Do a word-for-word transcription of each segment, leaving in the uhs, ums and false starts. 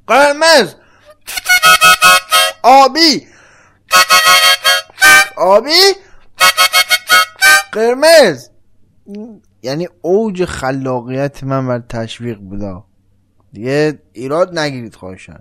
قرمز، آبی، آبی، قرمز. یعنی اوج خلاقیت من بر تشویق بودا. دیگه ایراد نگیرید خواهشن.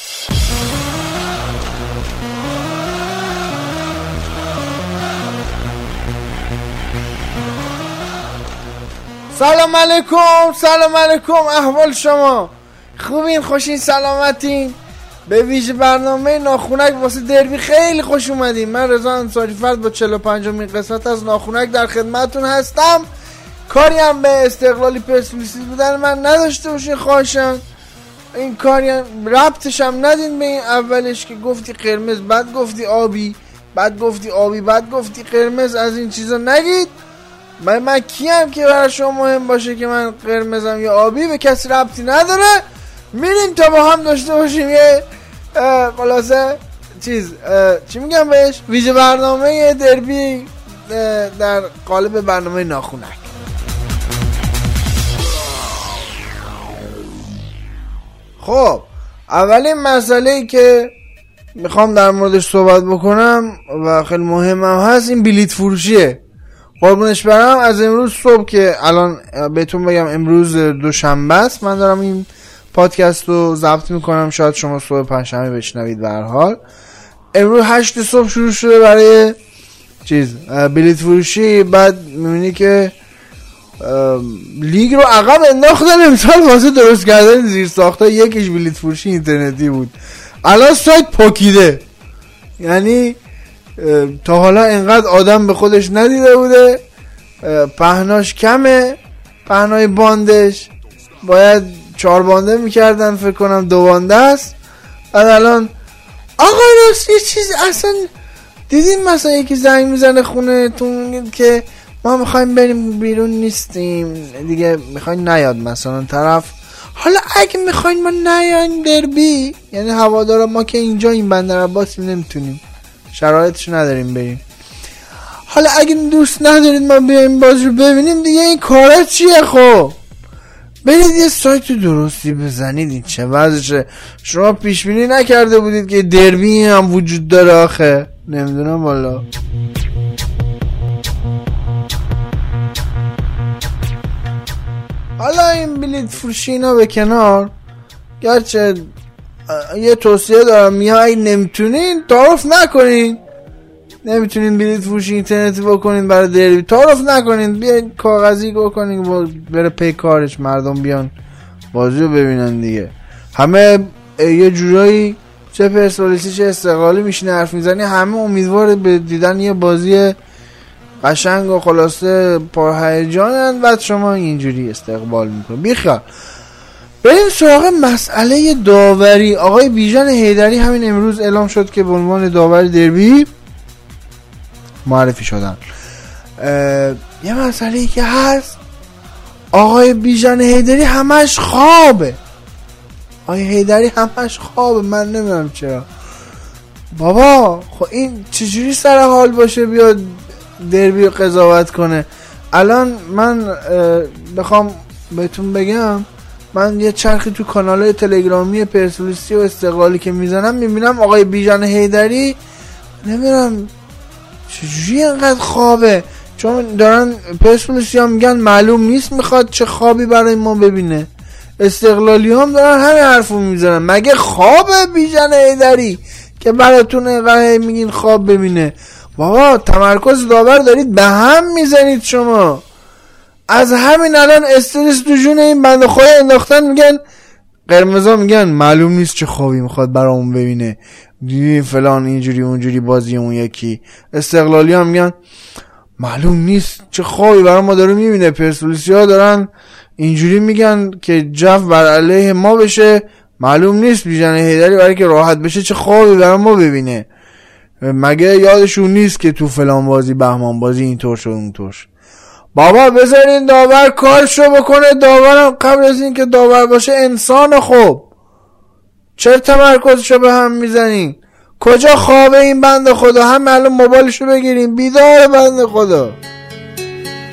سلام علیکم، سلام علیکم، احوال شما خوبین؟ خوشین؟ سلامتین؟ به ویژه برنامه ناخونک واسه دربی خیلی خوش اومدین. من رضا انصاری فرد با چهل و پنجمین قسمت از ناخونک در خدمتتون هستم. کاری هم به استقلالی پرسپولیس بودن من نداشته باشین خواهشن. این کاری هم ربطش هم ندین به این اولش که گفتی قرمز بعد گفتی آبی بعد گفتی آبی بعد گفتی قرمز. از این چیزا نگید. من من کیم که برای شما مهم باشه که من قرمزم یا آبی؟ به کسی ربطی نداره. میریم تا با هم داشته باشیم یه خلاصه چیز چی میگم بهش، ویژه برنامه دربی در قالب برنامه ناخونک. خب اولین مسئله‌ای که میخوام در موردش صحبت بکنم و خیلی مهمم هست این بلیت فروشیه. قربونش برم. از امروز صبح که الان بهتون بگم امروز دوشنبه است، من دارم این پادکست رو ضبط میکنم، شاید شما صبح پنجشنبه بشنوید. به هر حال امروز هشت صبح شروع شده برای چیز بلیت فروشی. بعد میبینی که لیگ رو عقب انداختن امسال واسه درست کردن زیر ساخت‌ها. یکیش بلیت فروشی اینترنتی بود، الان سایت پاکیده. یعنی تا حالا اینقدر آدم به خودش ندیده بوده. پهناش کمه، پهنای باندش باید چهار بانده میکردن، فکر کنم دو بانده است. بعد الان آقا راست یه چیز اصلا دیدین مثلا یکی زنگ میزنه خونه تون که ما میخوایم بریم بیرون نیستیم دیگه، میخوایم نیاد مثلا طرف. حالا اگه میخوایم ما نیایم دربی، یعنی هوادارا ما که اینجا این بندر عباس نمیتونیم، شرایطش نداریم بریم. حالا اگه دوست ندارید ما بیایم بازی رو ببینیم دیگه، این کارا چیه؟ خب برید یه سایت درستی بزنید. این چه وضعشه؟ شما پیش بینی نکرده بودید که دربی هم وجود داره؟ آخه نمیدونم والا. حالا این بلیت فروشی اینا به کنار، گرچه یه توصیه دارم، میام اگه نمیتونین تعارف نکنین، نمیتونین بلیت فروشی اینترنتی بکنین برای دربی، تعارف نکنین، بیاین کاغذی بکنین بره پی کارش، مردم بیان بازی رو ببینن دیگه. همه یه جورایی چه پرسپولیسی چه استقلالی میشینه حرف میزنی، همه امیدوار به دیدن یه بازی قشنگ و خلاصه پرهیجانن، بعد شما اینجوری استقبال میکنین. بیخیال. بریم سراغ مسئله داوری. آقای بیژن حیدری همین امروز اعلام شد که به عنوان داور دربی معرفی شدن. یه مسئله‌ای که هست، آقای بیژن حیدری همش خوابه. آقای حیدری همش خوابه، من نمیدونم چرا. بابا خب این چجوری سر حال باشه بیاد دربی رو قضاوت کنه؟ الان من بخوام بهتون بگم، من یه چرخی تو کانال‌های تلگرامی پرسپولیسی و استقلالی که میزنم میبینم آقای بیژن حیدری نمیدونم چجوری اینقدر خوابه، چون دارن پرسپولیسی ها میگن معلوم نیست میخواد چه خوابی برای ما ببینه، استقلالی هم دارن همین حرفو میزنن. مگه خوابه بیژن حیدری که براتون اینقدر میگین خواب ببینه؟ بابا تمرکز داور دارید به هم میزنید شما. از همین الان استرس تو جون این بنده خدا انداختن، میگن قرمزا میگن معلوم نیست چه خوابی میخواد برامون ببینه، دیدی فلان اینجوری اونجوری بازی اون یکی. استقلالی هم میگن معلوم نیست چه خوابی برام ما داره میبینه. پرسپولیسی ها دارن اینجوری میگن که جو بر علیه ما بشه، معلوم نیست بیژن حیدری برای که راحت بشه چه خوابی برام ما ببینه. مگه یادشون نیست که تو فلان بازی بهمان بازی اینطور شد اونطور شد؟ بابا بذارین داور کارشو بکنه. داورم قبل از این که داور باشه انسان. خب چرا تمرکزشو به هم میزنین؟ کجا خوابه این بنده خدا؟ هم الان موبایلشو بگیرین، بیدار بنده خدا.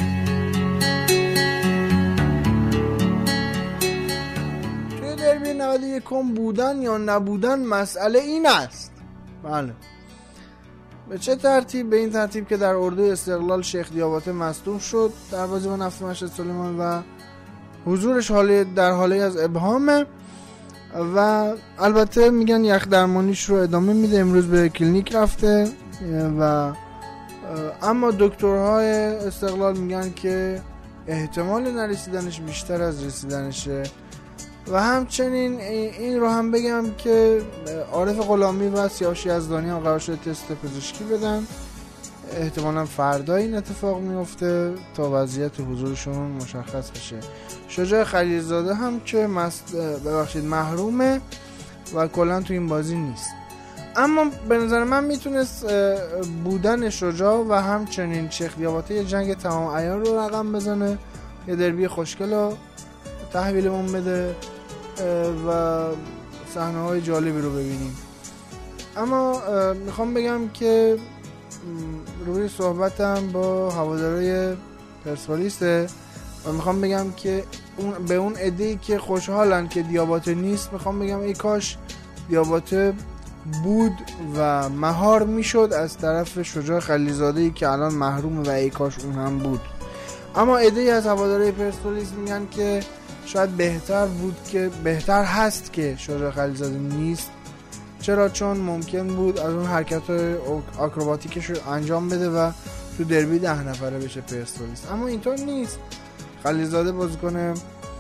توی دربی نود و یکم بودن یا نبودن مسئله این است. بله. به چه ترتیب؟ به این ترتیب که در اردوی استقلال شیخ دیاباته مصدوم شد در بازی با نفت مشهد سلیمان و حضورش حالی در حالی از ابهامه و البته میگن یخ درمانیش رو ادامه میده. امروز به کلینیک رفته و اما دکترهای استقلال میگن که احتمال نرسیدنش بیشتر از رسیدنشه. و همچنین این رو هم بگم که عارف غلامی و سیاوش یزدانی هم قرار شده تست پزشکی بدن، احتمالا فردا این اتفاق میفته تا وضعیت حضورشون مشخص بشه. شجاع خلیلزاده هم که مست... ببخشید محرومه و کلا تو این بازی نیست. اما به نظر من میتونست بودن شجاع و همچنین شیخ دیاباته یه جنگ تمام عیار رو رقم بزنه، یه دربی خوشگل رو تحویلمون بده و صحنه های جالبی رو ببینیم. اما میخوام بگم که روی صحبتم با هوادارهای پرسپولیسه و میخوام بگم که اون به اون عده‌ای که خوشحالن که دیاباته نیست میخوام بگم ای کاش دیاباته بود و مهار میشد از طرف شجاع خلیلزاده‌ای که الان محرومه و ای کاش اون هم بود. اما عده‌ای از هوادارهای پرسپولیس میگن که شاید بهتر بود که بهتر هست که شجاع خلیلزاده نیست. چرا؟ چون ممکن بود از اون حرکت‌های آکروباتیکش رو انجام بده و تو دربی ده نفره بشه پرسپولیس. اما اینطور نیست. خلیلزاده بازیکن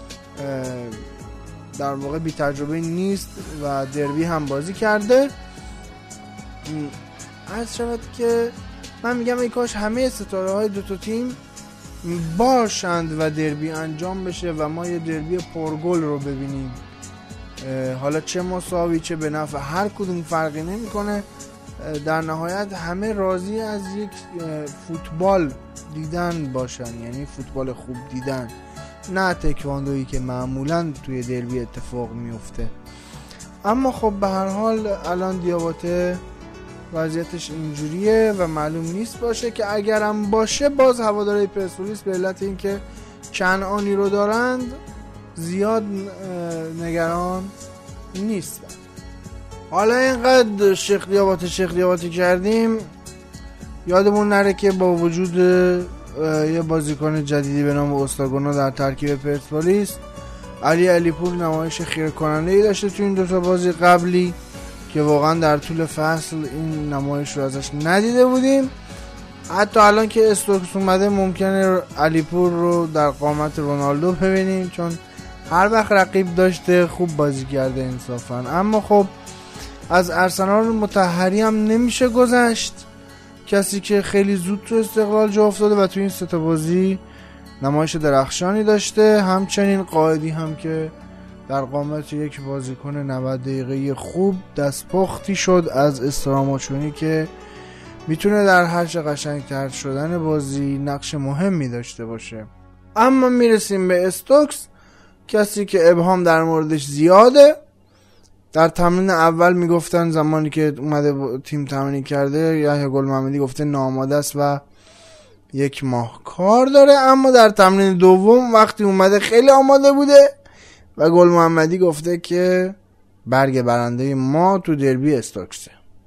در واقع بی تجربه نیست و دربی هم بازی کرده. عرض شود که من میگم ای کاش همه ستاره های دو تا تیم باشند و دربی انجام بشه و ما یه دربی پرگل رو ببینیم. حالا چه مساوی چه به نفع هر کدوم فرقی نمیکنه. در نهایت همه راضی از یک فوتبال دیدن باشن، یعنی فوتبال خوب دیدن، نه تکواندویی که معمولا توی دربی اتفاق میفته. اما خب به هر حال الان دیاباته وضعیتش اینجوریه و معلوم نیست باشه که اگرم باشه باز هوادارهای پرسپولیس به علت اینکه کنعانی رو دارند زیاد نگران نیستن. حالا اینقدر شیخ دیاباته شیخ دیاباته کردیم، یادمون نره که با وجود یه بازیکن جدیدی به نام استاگونا در ترکیب پرسپولیس، علی علیپور نمایش خیره کننده‌ای داشته تو این دوتا بازی قبلی که واقعا در طول فصل این نمایش رو ازش ندیده بودیم. حتی الان که استوکس اومده ممکنه علیپور رو در قامت رونالدو ببینیم، چون هر وقت رقیب داشته خوب بازی کرده انصافا. اما خب از ارسنال مطهری هم نمیشه گذشت، کسی که خیلی زود تو استقلال جا افتاده و تو این سه تا بازی نمایش درخشانی داشته. همچنین قائدی هم که در قامت یک بازیکن نود دقیقه خوب دستپختی شد از استراماچونی که میتونه در هر چه قشنگتر شدن بازی نقش مهمی داشته باشه. اما میرسیم به استوکس، کسی که ابهام در موردش زیاده. در تمرین اول میگفتن زمانی که اومده تیم تمرین کرده یحیی گل محمدی گفته ناآماده است و یک ماه کار داره، اما در تمرین دوم وقتی اومده خیلی آماده بوده و گل محمدی گفته که برگ برنده ما تو دربی استوکسه.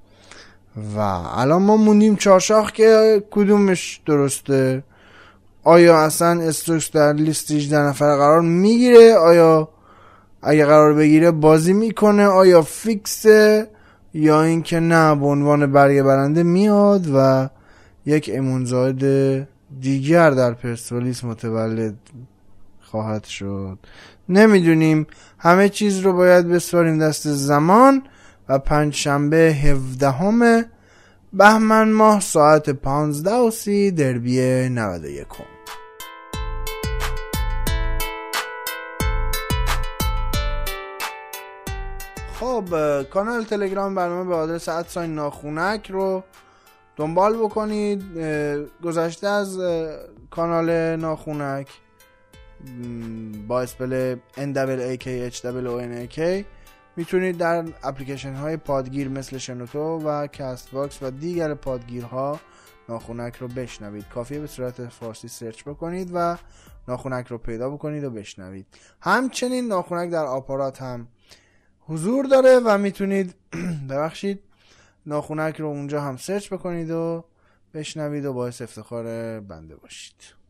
و الان ما موندیم چارشاخ که کدومش درسته. آیا اصلا استوکس در لیست هجده نفره قرار میگیره؟ آیا اگه قرار بگیره بازی میکنه؟ آیا فیکسه؟ یا اینکه نه به عنوان برگ برنده میاد و یک امونزاید دیگر در پرسپولیس متولد خواهد شد؟ نمیدونیم. همه چیز رو باید بسپاریم دست زمان. و پنج شنبه هفدهم بهمن ماه ساعت پانزده و سی دربی نود و یک. خب کانال تلگرام برنامه به آدرس ادساین ناخونک رو دنبال بکنید. گذشته از کانال ناخونک با اسپل ان دبل ای کی اچ دبل او ان ای کی میتونید در اپلیکیشن های پادگیر مثل شنوتو و کست باکس و دیگر پادگیرها ناخونک رو بشنوید. کافیه به صورت فارسی سرچ بکنید و ناخونک رو پیدا بکنید و بشنوید. همچنین ناخونک در آپارات هم حضور داره و میتونید ببخشید ناخونک رو اونجا هم سرچ بکنید و بشنوید و باعث افتخار بنده باشید.